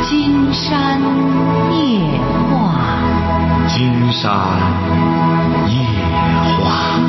金山夜话， 金山夜话。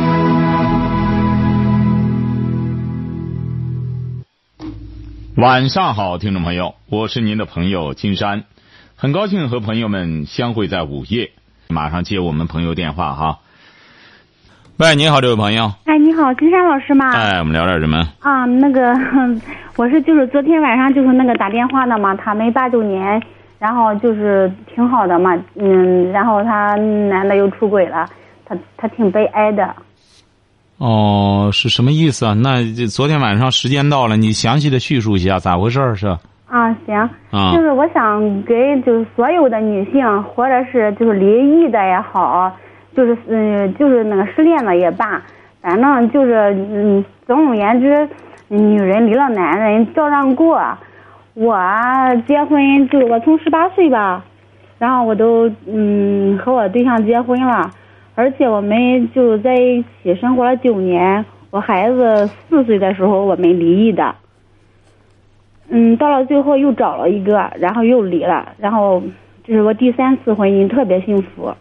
晚上好，听众朋友，我是您的朋友金山，很高兴和朋友们相会在午夜。马上接我们朋友电话哈。喂，你好，这位朋友。 哎，你好，金山老师吗？ 哎，我们聊点什么？ 啊，我是昨天晚上打电话的嘛，他们89年，然后挺好的嘛，然后他男的又出轨了，他挺悲哀的。 哦，是什么意思啊？那昨天晚上时间到了，你详细的叙述一下咋回事是？ 啊，行。 啊， 我想给所有的女性，或者是离异的也好，那个失恋的也罢，反正总而言之，女人离了男人照样过。我结婚我从18岁吧，然后我都和我对象结婚了，而且我们在一起生活了9年。我孩子4岁的时候我们离异的。到了最后又找了一个，然后又离了，然后这是我第3次婚姻，特别幸福。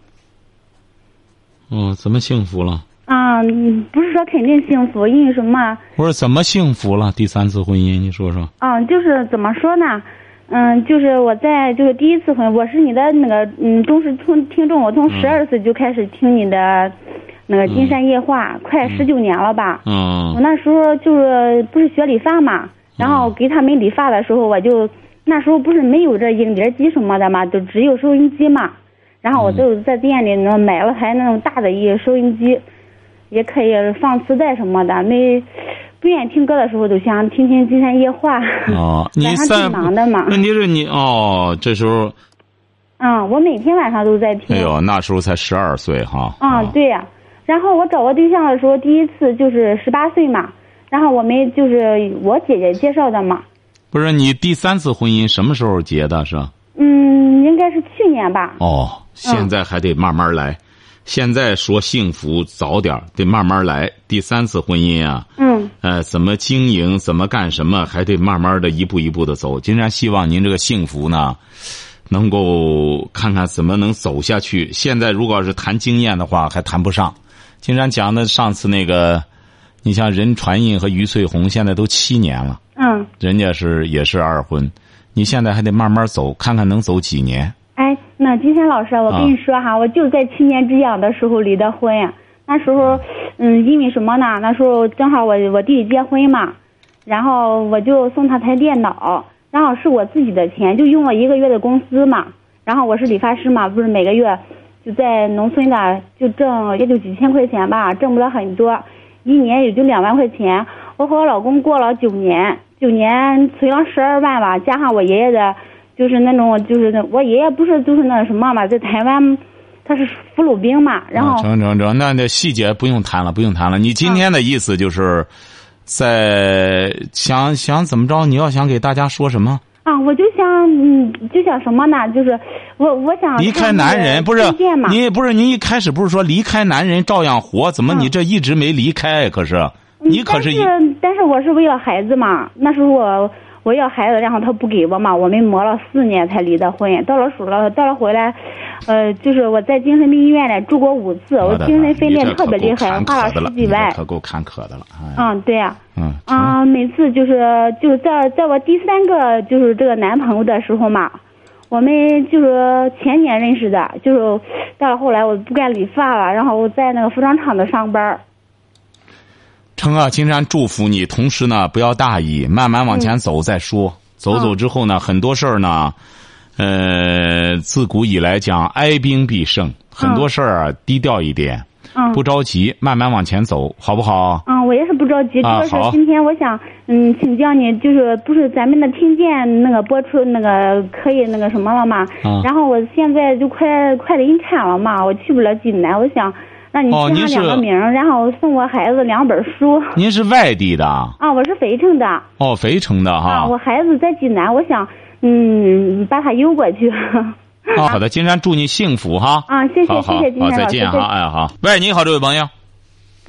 怎么幸福了？ 不是说肯定幸福，因为什么？ 我说怎么幸福了？第3次婚姻，你说说。 怎么说呢？我在第一次婚，我是你的忠实听众，我从12岁就开始听你的金山夜话，快19年了吧。我那时候不是学理发嘛，然后给他们理发的时候，那时候不是没有这影碟机什么的嘛，就只有收音机嘛。然后我就在店里买了台那种大的一收音机，也可以放磁带什么的。不愿意听歌的时候，就想听听金山夜话。 你挺忙的嘛。 问题是你这时候。 我每天晚上都在听。 哎呦，那时候才12岁哈。 对呀。然后我找我对象的时候，第一次18岁嘛，然后我们我姐姐介绍的嘛。 不是你第3次婚姻什么时候结的是？ 应该是去年吧。 现在还得慢慢来。现在说幸福早点，得慢慢来。第3次婚姻啊，怎么经营，怎么干什么，还得慢慢的一步一步的走。金山希望您这个幸福呢，能够看看怎么能走下去。现在如果要是谈经验的话，还谈不上。金山讲的上次你像任传印和于翠红，现在都7年了。人家也是2婚，你现在还得慢慢走，看看能走几年。 哎，那金山老师，我跟你说哈，我就在7年之痒的时候离的婚。那时候，因为什么呢？那时候正好我弟弟结婚嘛，然后我就送他台电脑，然后是我自己的钱，就用了1个月的工资嘛。然后我是理发师嘛，不是每个月就在农村的就挣也就几千块钱吧，挣不了很多，一年也就2万块钱。我和我老公过了9年存了12万吧，加上我爷爷的。我爷爷不是那什么嘛，在台湾，他是俘虏兵嘛，然后成，那细节不用谈了。你今天的意思就是在想怎么着？你要想给大家说什么？ 我就想什么呢？我想离开男人，不是你一开始不是说离开男人照样活？怎么你这一直没离开？可是你可是但是我是为了孩子嘛，那时候我要孩子，然后他不给我嘛，我们磨了4年才离的婚。到了回来，我在精神病医院里住过5次，我精神分裂特别厉害，花了10几万。 可够坎坷的了。 对呀。每次在我第3个这个男朋友的时候嘛，我们前年认识的，到了后来我不干理发了，然后我在那个服装厂的上班。 成啊，金山祝福你，同时呢不要大意，慢慢往前走再说。走之后呢，很多事儿呢，自古以来讲哀兵必胜，很多事儿低调一点，不着急，慢慢往前走，好不好？ 我也是不着急。就是今天我想请教你，不是咱们的听见播出可以什么了嘛？然后我现在就快临产了嘛，我去不了济南，我想。让你签上2个名，然后送我孩子2本书。 您是外地的？ 我是肥城的。 肥城的哈。 我孩子在济南，我想把他邮过去。 好的，金山祝你幸福哈。 谢谢金山老师。 好，再见哈。好。喂，你好，这位朋友。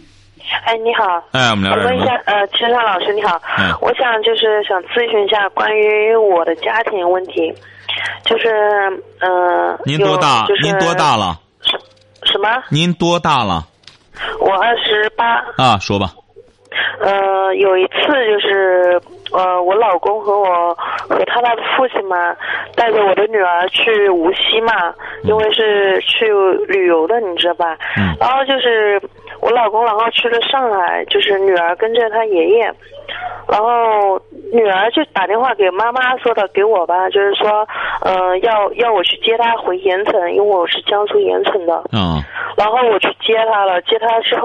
哎，你好。 我们聊点什么？ 我问一下，金山老师你好。我想咨询一下关于我的家庭问题， 您多大？您多大了？ 什么？ 您多大了？ 我28。 啊，说吧。 有一次我老公和他的父亲嘛，带着我的女儿去无锡嘛，因为是去旅游的，你知道吧？然后我老公然后去了上海，女儿跟着他爷爷，然后女儿就打电话给妈妈说的，给我吧，说要我去接她回盐城，因为我是江苏盐城的。然后我去接她了，接她之后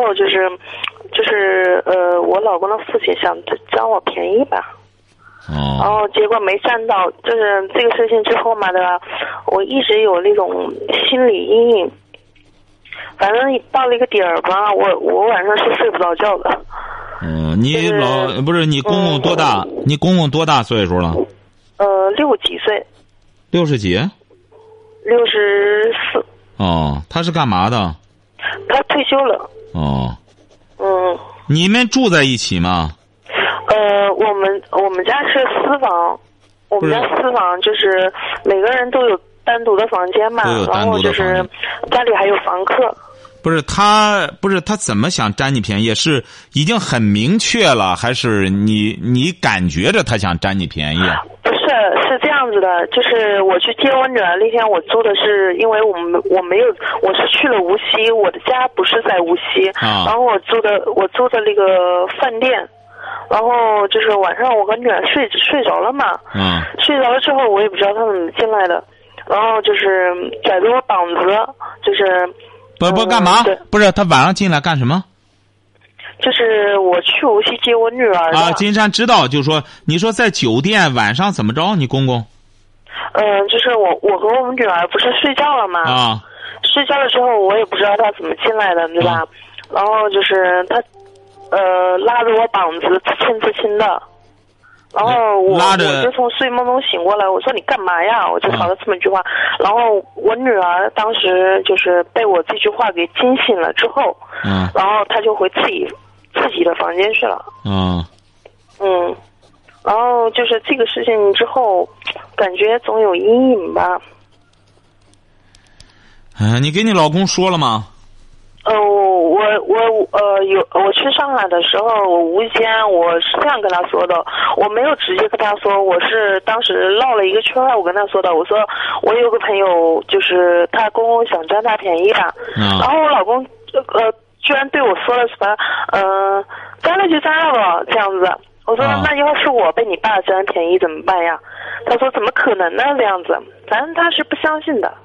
我老公的父亲想占我便宜吧。然后结果没占到，这个事情之后嘛的，我一直有那种心理阴影。反正到了一个点儿吧，我晚上是睡不着觉的。 你不是你公公多大？你公公多大岁数了 ？60几岁。 60几 ？64。 哦，他是干嘛的？ 他退休了。 哦。你们住在一起吗？ 我们家是私房，我们家私房每个人都有单独的房间嘛，然后家里还有房客。 不是他怎么想占你便宜？是已经很明确了，还是你感觉着他想占你便宜？ 不是，是这样子的，我去接我女儿那天，我租的是，因为我是去了无锡，我的家不是在无锡，然后我租的那个饭店。然后晚上我和女儿睡着了嘛，睡着了之后我也不知道他怎么进来的，然后拽着我膀子， 不干嘛？不是他晚上进来干什么？ 我去无锡接我女儿的。 金山知道，你说在酒店晚上怎么着？你公公？ 我和我们女儿不是睡觉了嘛？睡觉了之后我也不知道他怎么进来的，对吧？然后他。拉着我膀子自亲的，然后我就从睡梦中醒过来，我说你干嘛呀？我就吵了这么一句话，然后我女儿当时被我这句话给惊醒了之后，然后她就回自己的房间去了。然后这个事情之后，感觉总有阴影吧。 你给你老公说了吗？ 我去上海的时候，我无意间我是这样跟他说的，我没有直接跟他说，我是当时绕了一个圈，我跟他说的，我说我有个朋友他公公想占他便宜吧，然后我老公居然对我说了什么占了就占了吧这样子，我说那要是我被你爸占便宜怎么办呀？他说怎么可能呢这样子，反正他是不相信的。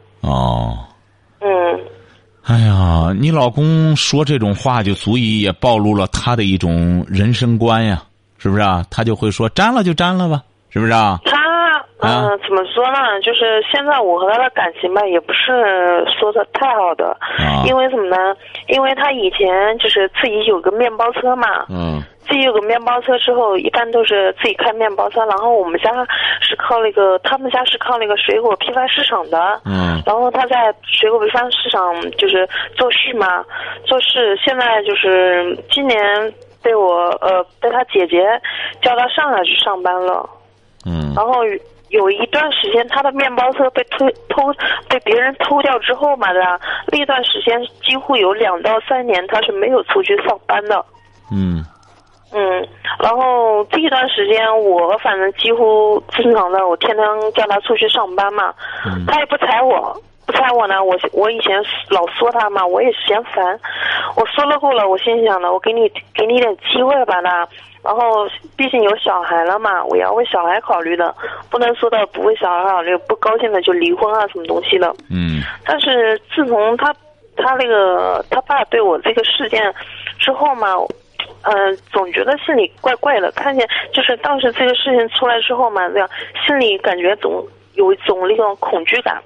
哎呀，你老公说这种话就足以也暴露了他的一种人生观呀，是不是啊？他就会说占了就占了吧，是不是啊？ 怎么说呢？现在我和他的感情吧，也不是说的太好的，因为什么呢？因为他以前自己有个面包车嘛，自己有个面包车之后，一般都是自己开面包车，然后我们家是靠他们家是靠那个水果批发市场的，然后他在水果批发市场做事嘛，做事，现在今年被他姐姐叫到上海去上班了，然后有一段时间他的面包车被别人偷掉之后嘛的，那段时间几乎有2到3年他是没有出去上班的。然后这一段时间我反正几乎正常的，我天天叫他出去上班嘛，他也不睬我呢，我以前老说他嘛，我也嫌烦，我说了够了，我心想的，我给你点机会吧呢，然后毕竟有小孩了嘛，我要为小孩考虑的，不能说的不为小孩考虑，不高兴的就离婚啊什么东西的。但是自从他爸对我这个事件之后嘛，总觉得心里怪怪的，看见当时这个事情出来之后嘛，这样心里感觉总有一种那种恐惧感。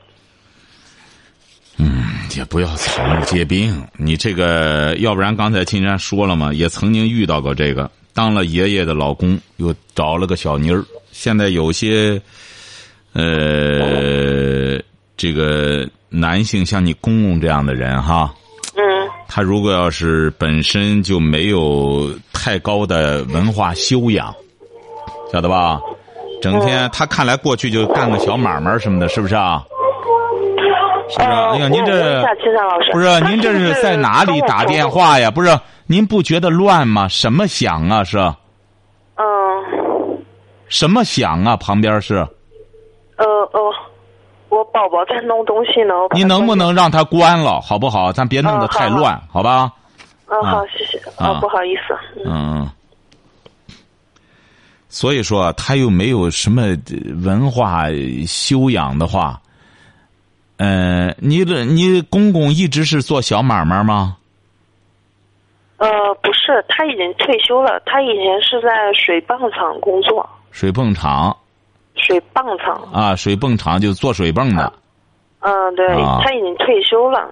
也不要草木皆兵，你这个要不然刚才金山说了嘛，也曾经遇到过这个，当了爷爷的老公又找了个小妮儿，现在有些这个男性像你公公这样的人哈， 他如果要是本身就没有太高的文化修养，晓得吧？整天他看来过去就干个小买卖什么的，是不是啊？是不是？哎呀，您这不是您这是在哪里打电话呀？不是，您不觉得乱吗？什么响啊？是？什么响啊？旁边是？ 我宝宝在弄东西呢。 你能不能让他关了，好不好？咱别弄得太乱，好吧？ 好，谢谢。不好意思。 所以说他又没有什么文化修养的话，你公公一直是做小买卖吗？ 不是，他已经退休了。他以前是在水泵厂工作。 水泵厂。 水泵厂啊，水泵厂就做水泵的。 对，他已经退休了。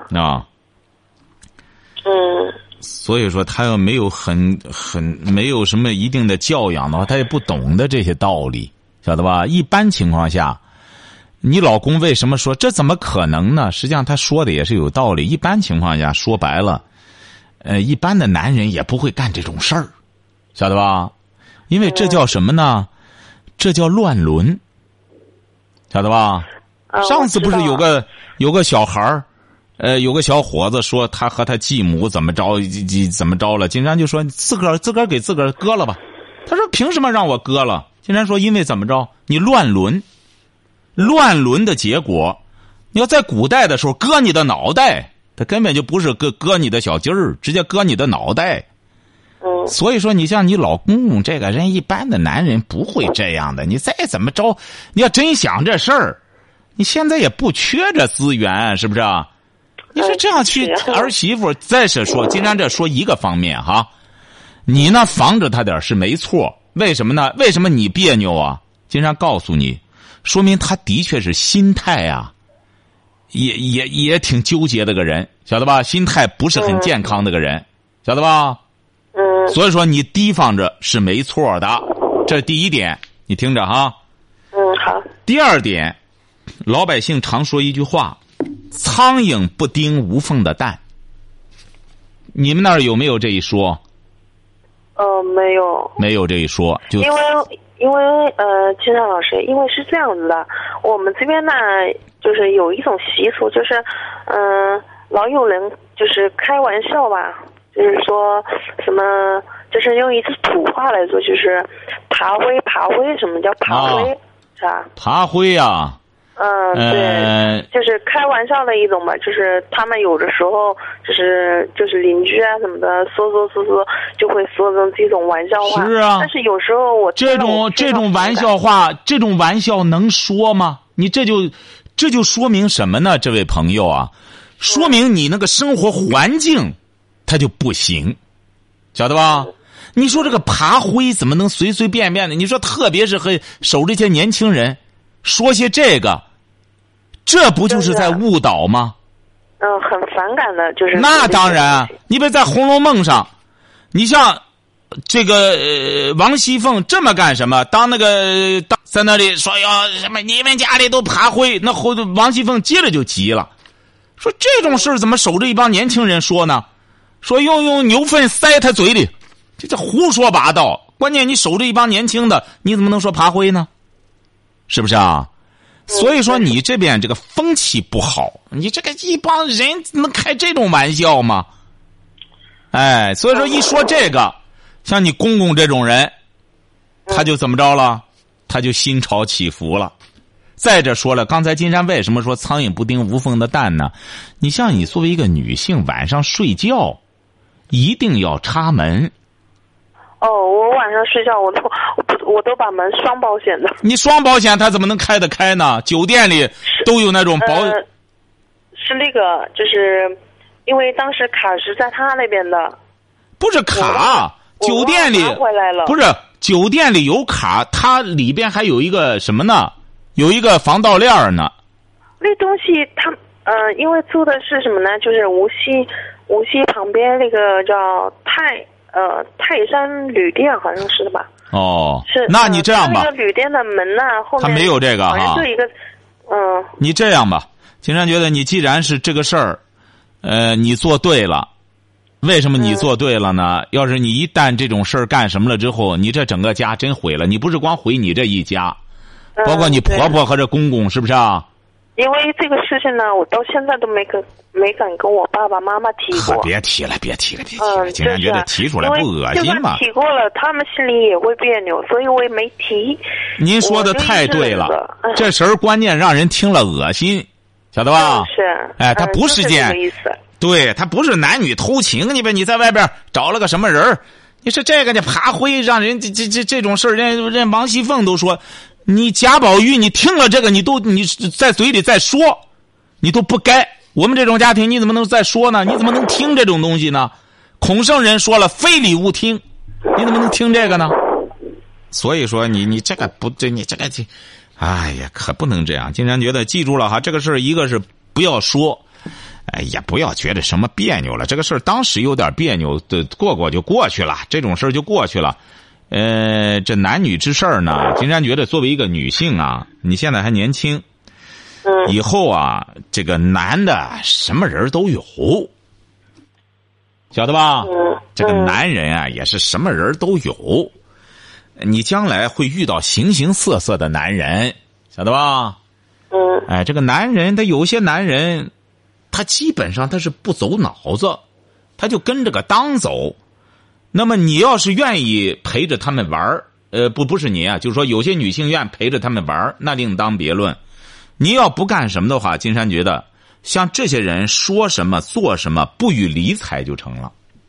所以说他要没有没有什么一定的教养的话，他也不懂得这些道理，晓得吧？一般情况下，你老公为什么说这怎么可能呢？实际上他说的也是有道理。一般情况下，说白了，一般的男人也不会干这种事儿，晓得吧？因为这叫什么呢？这叫乱伦，晓得吧？上次不是有个小孩儿，有个小伙子说他和他继母怎么着了，金山就说自个儿给自个儿割了吧。他说凭什么让我割了？金山说因为怎么着？你乱伦的结果，你要在古代的时候割你的脑袋，他根本就不是割你的小鸡儿，直接割你的脑袋。所以说你像你老公这个人，一般的男人不会这样的。你再怎么着，你要真想这事儿，你现在也不缺这资源，是不是啊？你说这样去儿媳妇，再是说金山这说一个方面哈，你呢防着他点是没错，为什么呢？为什么你别扭啊？金山告诉你，说明他的确是心态啊，也挺纠结的个人，晓得吧？心态不是很健康的个人，晓得吧？所以说你提防着是没错的，这是第一点，你听着哈。 好。 第二点，老百姓常说一句话，苍蝇不叮无缝的蛋。你们那儿有没有这一说？ 没有。 没有这一说，就因为金山老师，因为是这样子的，我们这边呢，就是有一种习俗，就是老有人就是开玩笑吧。就是说什么，就是用一次土话来说，就是爬灰。什么叫爬灰？是吧？ 爬灰呀。 对，就是开玩笑的一种吧。就是他们有的时候就是邻居啊什么的说，就会说这种玩笑话。 是啊。 但是有时候这种玩笑话，这种玩笑能说吗？你这就说明什么呢？这位朋友啊，说明你那个生活环境。他就不行，晓得吧？你说这个爬灰怎么能随随便便的？你说特别是和守这些年轻人说些这个，这不就是在误导吗？ 很反感的，就是那当然。你别在《红楼梦》上，你像这个王熙凤这么干什么？当在那里说要什么你们家里都爬灰，那王熙凤接着就急了，说这种事怎么守着一帮年轻人说呢？说用牛粪塞他嘴里，这胡说八道。关键你守着一帮年轻的，你怎么能说爬灰呢？是不是啊？所以说你这边这个风气不好，你这个一帮人能开这种玩笑吗？所以说一说这个，像你公公这种人，他就怎么着了？他就心潮起伏了。再者说了，刚才金山为什么说苍蝇不叮无缝的蛋呢？你像你作为一个女性，晚上睡觉一定要插门。 我晚上睡觉我都把门双保险的。你双保险它怎么能开得开呢？酒店里都有那种是那个，就是因为当时卡是在他那边的。 不是卡，酒店里回来了。 不是酒店里有卡，它里边还有一个什么呢？有一个防盗链呢。 那东西它因为租的是什么呢？就是无锡旁边那个叫泰山旅店，好像是的吧？是。 那你这样吧， 那个旅店的门呢，后面他没有这个哈。 就一个你这样吧，金山觉得你既然是这个事儿，你做对了， 为什么你做对了呢？要是你一旦这种事儿干什么了之后，你这整个家真毁了。你不是光毁你这一家，包括你婆婆和这公公，是不是啊？ 因为这个事情呢，我到现在都没敢跟我爸爸妈妈提过。 别提了。竟然觉得提出来不恶心吗？ 提过了，他们心里也会别扭，所以我也没提。 您说的太对了，这事儿关键让人听了恶心，晓得吧？ 是。 哎，他不是件，对，他不是男女偷情，你在外边找了个什么人？你说这个爬灰，让人这种事儿，人王熙凤都说。你贾宝玉，你听了这个，你在嘴里再说，你都不该。我们这种家庭，你怎么能再说呢？你怎么能听这种东西呢？孔圣人说了，非礼勿听，你怎么能听这个呢？所以说，你这个不对，你这个，哎呀，可不能这样。经常觉得，记住了哈，这个事儿，一个是不要说，哎呀，不要觉得什么别扭了。这个事儿当时有点别扭，过就过去了，这种事儿就过去了。这男女之事儿呢，金山觉得作为一个女性啊，你现在还年轻，以后啊，这个男的什么人都有，晓得吧？这个男人啊，也是什么人都有，你将来会遇到形形色色的男人，晓得吧？哎，这个男人，他有些男人，他基本上他是不走脑子，他就跟着个当走。那么你要是愿意陪着他们玩不是你啊，就是说有些女性愿陪着他们玩，那另当别论。你要不干什么的话，金山觉得像这些人说什么做什么不予理睬就成了。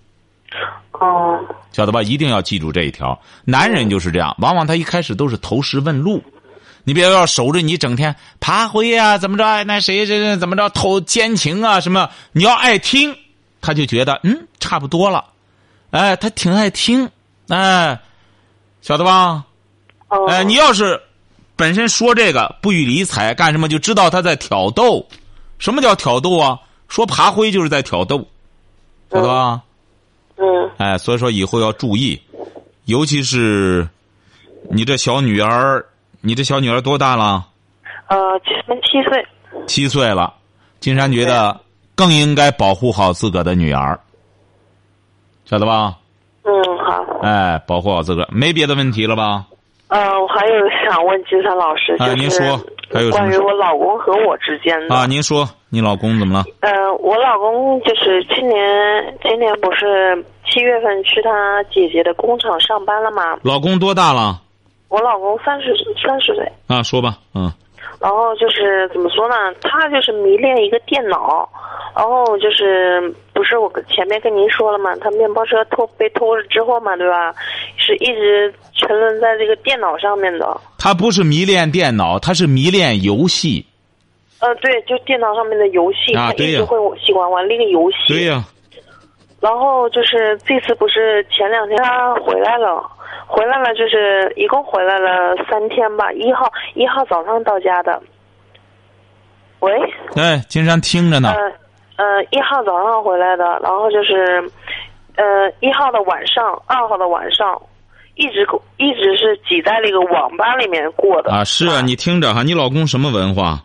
晓得吧？一定要记住这一条。男人就是这样，往往他一开始都是投石问路。你别要守着你整天爬灰啊，怎么着？那谁这怎么着偷奸情啊什么？你要爱听，他就觉得差不多了。哎，他挺爱听，哎，晓得吧？哎，你要是本身说这个不予理睬，干什么就知道他在挑逗。什么叫挑逗啊？说爬灰就是在挑逗，晓得吧？哎，所以说以后要注意，尤其是你这小女儿，多大了 7岁。 7岁了，金山觉得更应该保护好自个的女儿。晓得吧？ 好。 哎，保护好自个，没别的问题了吧？ 我还有想问金山老师， 您说，还有什么关于我老公和我之间的啊？您说，你老公怎么了？ 我老公就是今年不是7月份去他姐姐的工厂上班了吗？ 老公多大了？ 我老公30岁。 啊，说吧， 然后就是怎么说呢？他就是迷恋一个电脑，然后就是不是我前面跟您说了嘛，他面包车被偷了之后嘛，对吧？是一直沉沦在这个电脑上面的。 他不是迷恋电脑，他是迷恋游戏。 对，就电脑上面的游戏，他一直会喜欢玩那个游戏。 对呀。 然后就是这次不是前2天他回来了，就是一共回来了3天吧。1号早上到家的。喂。 哎，金山听着呢。 1号早上回来的，然后就是1号的晚上，2号的晚上，一直是挤在那个网吧里面过的。 啊，是啊，你听着哈，你老公什么文化？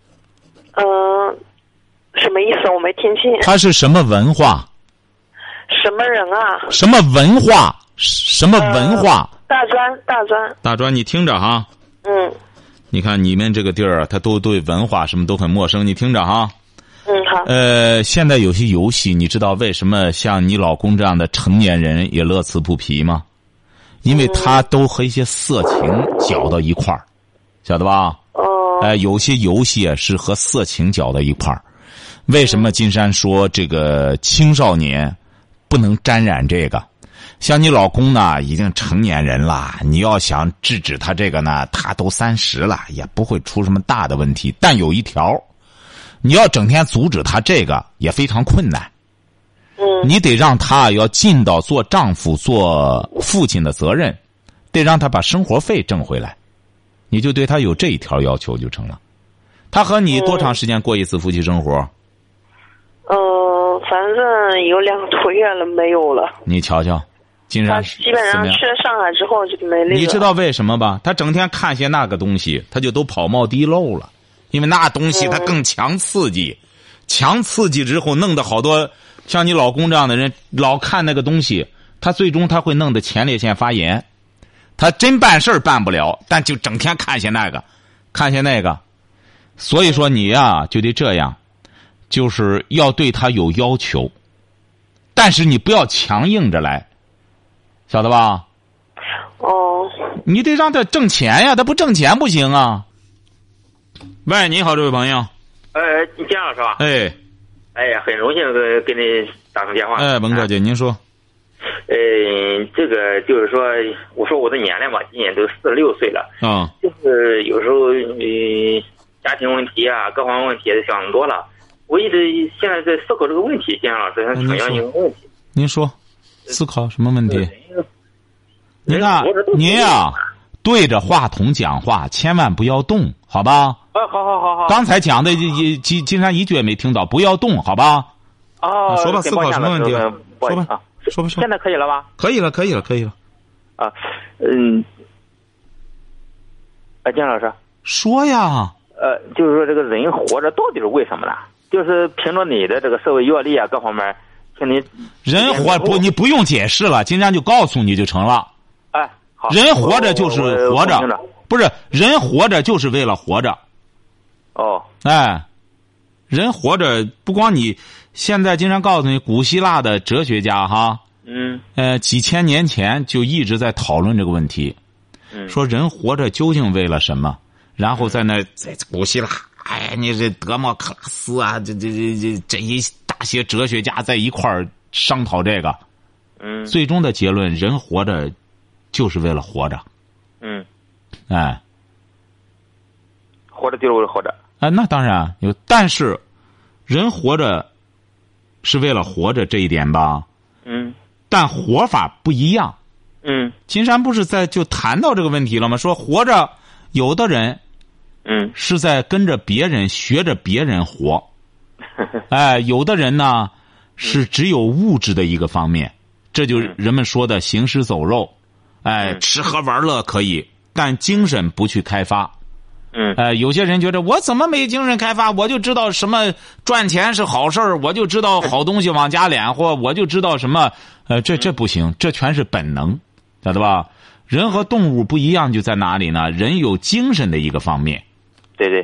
什么意思？我没听清。 他是什么文化？ 什么人啊？ 什么文化？什么文化？ 大专。 你听着哈。你看你们这个地儿啊，他都对文化什么都很陌生。你听着哈。 好。 现在有些游戏，你知道为什么像你老公这样的成年人也乐此不疲吗？因为他都和一些色情搅到一块儿，晓得吧？有些游戏是和色情搅到一块儿。为什么金山说这个青少年不能沾染这个？像你老公呢，已经成年人了，你要想制止他这个呢，他都30了，也不会出什么大的问题。但有一条，你要整天阻止他这个也非常困难。你得让他要尽到做丈夫、做父亲的责任，得让他把生活费挣回来。你就对他有这一条要求就成了。他和你多长时间过一次夫妻生活？ 反正有2个多月了，没有了。 你瞧瞧，金山基本上去了上海之后就没那个。 你知道为什么吧？他整天看些那个东西，他就都跑冒滴漏了，因为那东西它更强刺激。 强刺激之后，弄得好多像你老公这样的人老看那个东西，他最终他会弄得前列腺发炎。他真办事办不了，但就整天看些那个，看些那个。所以说你呀，就得这样，就是要对他有要求，但是你不要强硬着来，晓得吧？ 哦。 你得让他挣钱呀，他不挣钱不行啊。喂，你好，这位朋友。 你姜老师吧？ 哎呀，很荣幸给你打通电话。 甭客气，您说。 这个就是说，我说我的年龄吧，今年都46岁了。就是有时候家庭问题啊，各方面问题想多了。我一直现在在思考这个问题，姜老师想请教您个问题。 您说，思考什么问题？您看，您呀，对着话筒讲话，千万不要动，好吧？ 好。 刚才讲的金山一句也没听到，不要动，好吧？说吧，思考什么问题？说吧。说吧。 现在可以了吧？ 可以了。 姜老师。 说呀。 就是说这个人活着到底是为什么呢？就是凭着你的这个社会阅历啊，各方面，请你。 人活不，你不用解释了，金山就告诉你就成了。 好。 人活着就是活着，不是人活着就是为了活着。人活着不光你。现在经常告诉你，古希腊的哲学家哈，几千年前就一直在讨论这个问题，说人活着究竟为了什么？然后在古希腊，你这德谟克拉斯啊，这一大些哲学家在一块儿商讨这个，最终的结论，人活着就是为了活着， 活着就是为了活着， 那当然有，但是人活着。是为了活着这一点吧，但活法不一样，金山不是就谈到这个问题了吗？说活着，有的人，是在跟着别人学着别人活，有的人呢是只有物质的一个方面，这就是人们说的行尸走肉，吃喝玩乐可以，但精神不去开发。有些人觉得我怎么没精神开发？我就知道什么赚钱是好事儿，我就知道好东西往家敛和，我就知道什么，这不行，这全是本能，晓得吧？人和动物不一样就在哪里呢？人有精神的一个方面。 对。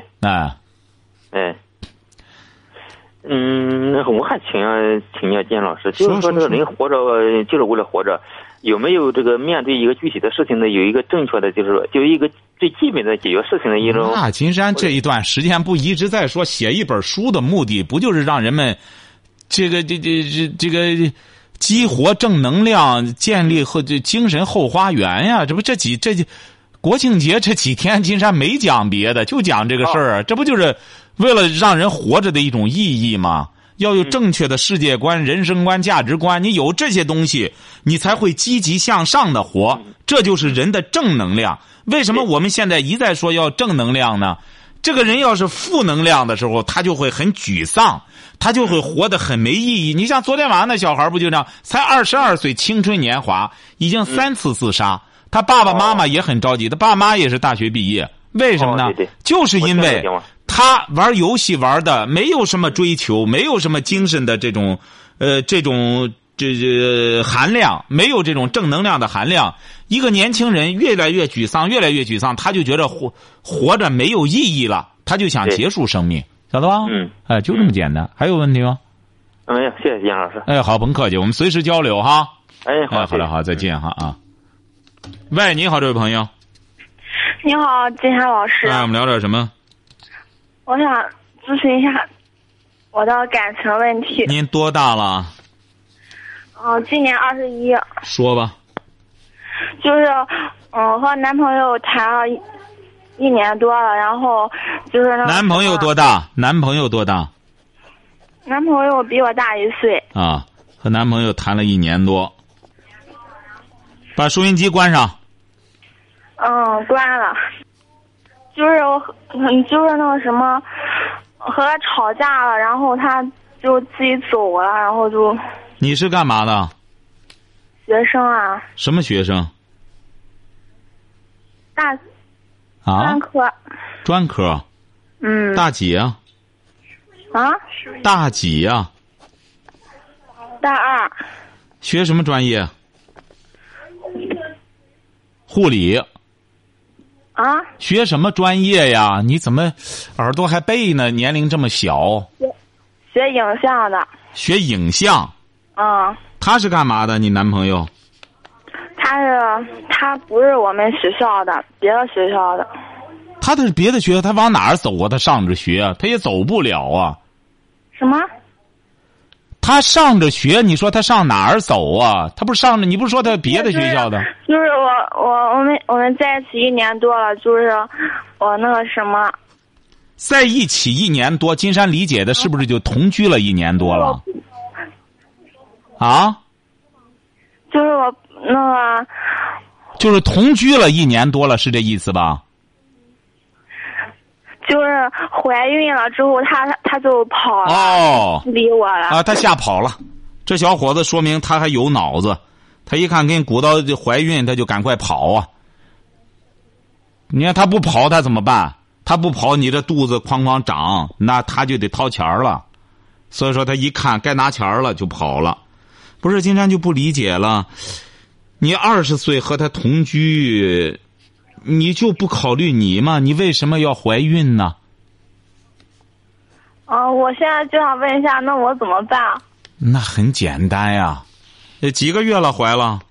我还请教金老师，就是说这个人活着就是为了活着，有没有这个面对一个具体的事情呢？有一个正确的，就一个最基本的解决事情的一种。 那金山这一段时间不一直在说写一本书的目的，不就是让人们这个激活正能量，建立和精神后花园呀？这不这国庆节这几天，金山没讲别的，就讲这个事儿，这不就是为了让人活着的一种意义吗？要有正确的世界观、人生观、价值观，你有这些东西，你才会积极向上的活，这就是人的正能量。为什么我们现在一再说要正能量呢？这个人要是负能量的时候，他就会很沮丧，他就会活得很没意义。你像昨天晚上那小孩不就这样，才22岁，青春年华，已经3次自杀，他爸爸妈妈也很着急，他爸妈也是大学毕业，为什么呢？就是因为他玩游戏玩的没有什么追求，没有什么精神的这种含量，没有这种正能量的含量。一个年轻人越来越沮丧，他就觉得活着没有意义了，他就想结束生命，晓得吧？就这么简单。还有问题吗？ 没有，谢谢杨老师。 好，甭客气，我们随时交流哈。 好， 好了，好，再见哈啊。喂，你好，这位朋友。 你好，金山老师。 我们聊点什么？ 我想咨询一下我的感情问题。 您多大了？ 今年21。 说吧。 就是和男朋友谈了1年多了，然后就是男朋友多大？男朋友比我大1岁。 和男朋友谈了1年多。把收音机关上。 关了。就是那个什么，和他吵架了，然后他就自己走了，然后就。 你是干嘛的？ 学生啊。 什么学生？ 专科。 专科。大几啊啊？ 大几呀？ 大2。 学什么专业？护理。 啊？ 学什么专业呀？你怎么耳朵还背呢？年龄这么小。 学影像的。 学影像。 嗯。 他是干嘛的？你男朋友？ 他不是我们学校的，别的学校的。 他的是别的学校，他往哪儿走啊？他上着学啊，他也走不了啊。 什么？ 他上着学，你说他上哪儿走啊？他不是上着，你不是说他别的学校的？ 就是我们在一起1年多了，就是我那个什么。 在一起1年多，金山理解的是不是就同居了1年多了？啊？ 就是我那个。 就是同居了1年多了，是这意思吧？ 就是怀孕了之后，他就跑了，不理我了。 他吓跑了。这小伙子说明他还有脑子，他一看跟鼓捣怀孕，他就赶快跑啊。你看他不跑，他怎么办？他不跑，你这肚子哐哐长，那他就得掏钱了。所以说他一看该拿钱了，就跑了。不是，金山就不理解了。你20岁和他同居，你就不考虑你吗？你为什么要怀孕呢？ 我现在就想问一下，那我怎么办？ 那很简单呀，几个月了？怀了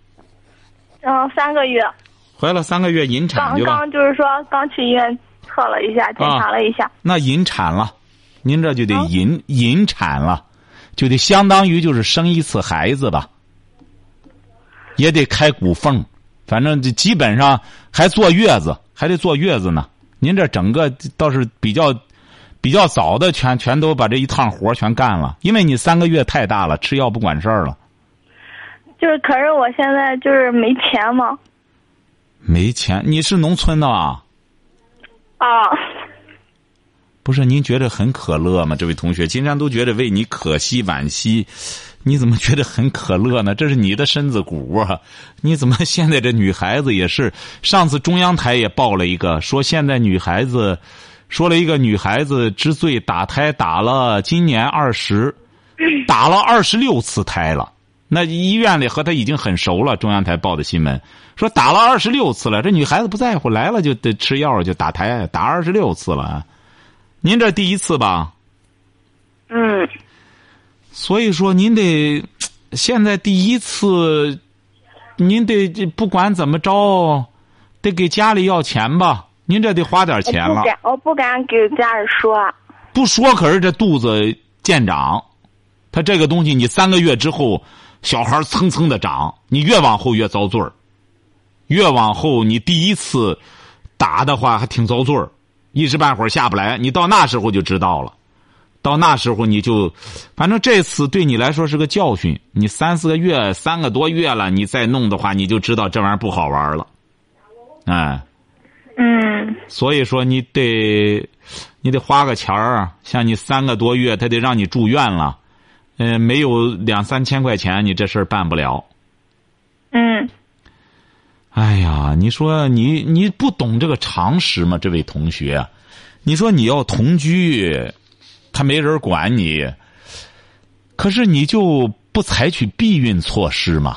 ？3个月。 怀了3个月，引产去了。 刚就是说，刚去医院测了一下，检查了一下。 那引产了，您这就得引产了，就得相当于就是生一次孩子吧。也得开骨缝，反正基本上还坐月子，还得坐月子呢。您这整个倒是比较早的，全都把这一趟活全干了。因为你3个月太大了，吃药不管事儿了。 就是，可是我现在就是没钱嘛。 没钱？你是农村的吧？ 啊。 不是，您觉得很可乐吗？这位同学，金山都觉得为你可惜惋惜。你怎么觉得很可乐呢？这是你的身子骨啊！你怎么现在这女孩子也是？上次中央台也报了一个，说现在女孩子，说了一个女孩子之最打胎打了今年打了26次胎了。那医院里和她已经很熟了。中央台报的新闻说打了26次了，这女孩子不在乎，来了就得吃药就打胎，打26次了。您这第1次吧？ 嗯。 所以说，您得现在第1次，您得不管怎么着，得给家里要钱吧？您这得花点钱了。 我不敢给家里说。 不说，可是这肚子见长，他这个东西，你3个月之后，小孩蹭蹭的长，你越往后越遭罪儿，越往后你第1次打的话还挺遭罪儿，一时半会儿下不来，你到那时候就知道了。到那时候你就，反正这次对你来说是个教训。你3-4个月，3个多月了，你再弄的话，你就知道这玩意儿不好玩了。哎。 嗯。 所以说你得花个钱儿，像你3个多月，他得让你住院了，没有2-3千块钱，你这事儿办不了。 嗯。 哎呀，你说你不懂这个常识吗？这位同学，你说你要同居。他没人管你，可是你就不采取避孕措施吗？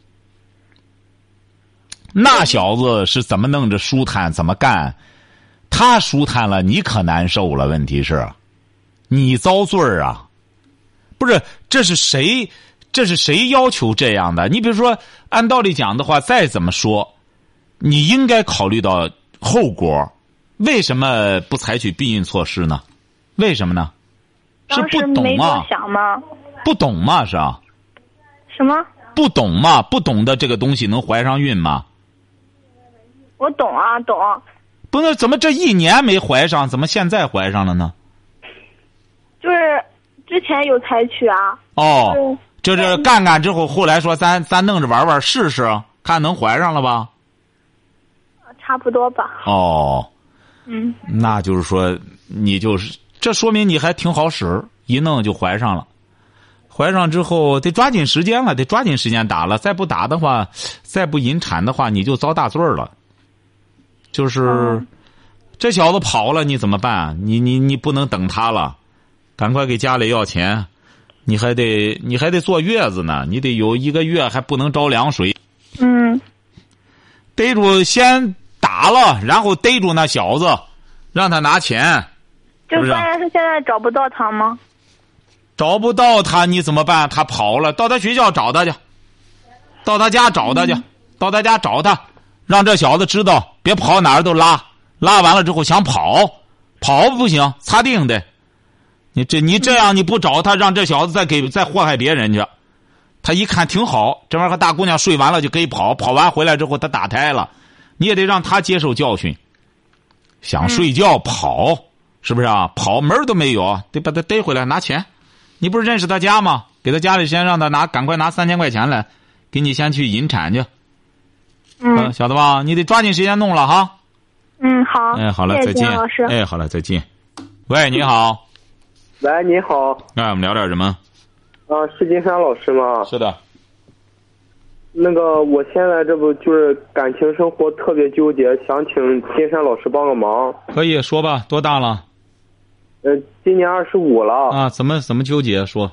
那小子是怎么弄着舒坦怎么干，他舒坦了，你可难受了。问题是，你遭罪儿啊！不是，这是谁要求这样的？你比如说，按道理讲的话，再怎么说，你应该考虑到后果。为什么不采取避孕措施呢？为什么呢？是不懂吗？不懂吗？是啊。 什么？ 不懂吗？不懂的这个东西能怀上孕吗？ 我懂啊，懂。 不是，怎么这1年没怀上，怎么现在怀上了呢？ 就是之前有采取啊。 哦，就是干之后，后来说咱弄着玩试试，看能怀上了吧？ 差不多吧。 哦。 嗯。 那就是说，你就是。这说明你还挺好使，一弄就怀上了。怀上之后得抓紧时间了，得抓紧时间打了。再不打的话，再不引产的话，你就遭大罪了。就是这小子跑了，你怎么办？你不能等他了， 赶快给家里要钱，你还得坐月子呢，你得有1个月还不能着凉水。逮住先打了，然后逮住那小子，让他拿钱。 就关键是现在找不到他吗？ 找不到他你怎么办？他跑了，到他学校找他去，到他家找他去，到他家找他，让这小子知道，别跑哪儿都拉完了之后想跑不行，擦腚的。你这样你不找他，让这小子再祸害别人去。他一看挺好，这玩意儿和大姑娘睡完了就可以跑完回来之后他打胎了，你也得让他接受教训。想睡觉跑，是不是啊？跑门都没有，得把他逮回来拿钱。你不是认识他家吗？给他家里先让他赶快拿3000块钱来，给你先去引产去。晓得吧？你得抓紧时间弄了哈。 好。 好了，再见。 老师。 好了，再见。喂，你好。 喂，你好。 我们聊点什么？ 是金山老师吗？ 是的。 那个，我现在这不就是感情生活特别纠结，想请金山老师帮个忙。 可以说吧，多大了？ 今年25了。 怎么纠结？说。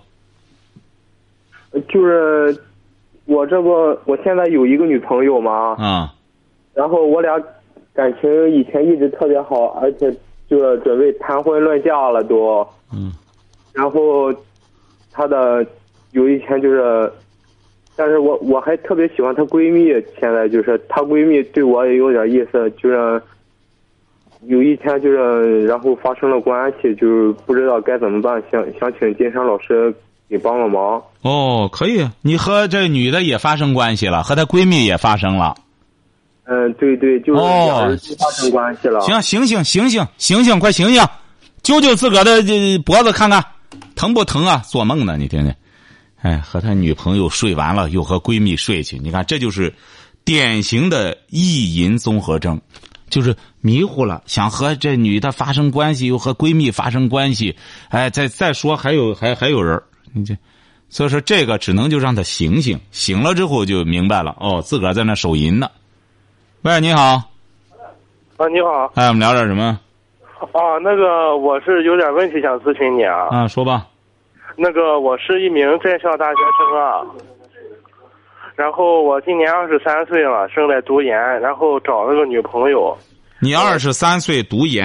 就是我现在有一个女朋友嘛。然后我俩感情以前一直特别好，而且就是准备谈婚论嫁了都。然后她的有一天就是，但是我还特别喜欢她闺蜜，现在就是她闺蜜对我也有点意思，就是有一天就是然后发生了关系，就是不知道该怎么办，想请金山老师给帮个忙。 可以，你和这女的也发生关系了，和她闺蜜也发生了。 对，就是两人都发生关系了。 醒醒，快醒醒，揪自个的脖子看看疼不疼啊？做梦呢，你听听。和他女朋友睡完了，又和闺蜜睡去，你看这就是典型的意淫综合症，就是迷糊了，想和这女的发生关系，又和闺蜜发生关系。再说还有人，你这，所以说这个只能就让他醒了之后就明白了。自个儿在那手淫呢。喂，你好。 你好。 我们聊点什么？ 那个我是有点问题想咨询你啊。 说吧。 那个我是一名在校大学生啊，然后我今年23岁了，正在读研，然后找了个女朋友。 你23岁读研？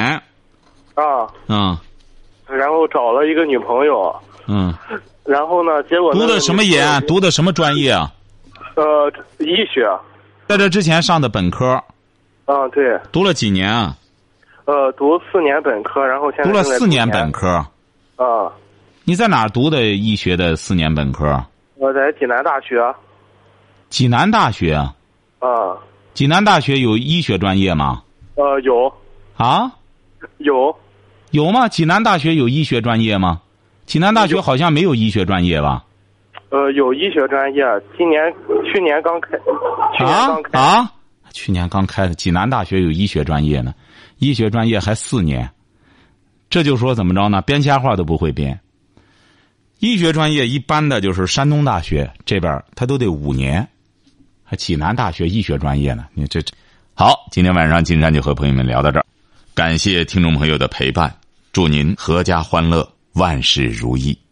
然后找了一个女朋友。然后呢，结果读的什么研？读的什么专业啊？ 医学。 在这之前上的本科。 对。 读了几年啊？ 读4年本科，然后现在读了4年本科。你在哪儿读的医学的4年本科？ 我在济南大学。 济南大学？济南大学有医学专业吗？ 有。 有吗？济南大学有医学专业吗？济南大学好像没有医学专业吧？ 有医学专业，去年刚开。 去年刚开的，济南大学有医学专业呢，医学专业还4年，这就说怎么着呢？编瞎话都不会编。医学专业一般的就是山东大学这边，他都得5年，还济南大学医学专业呢。你这好，今天晚上金山就和朋友们聊到这儿，感谢听众朋友的陪伴，祝您阖家欢乐，万事如意。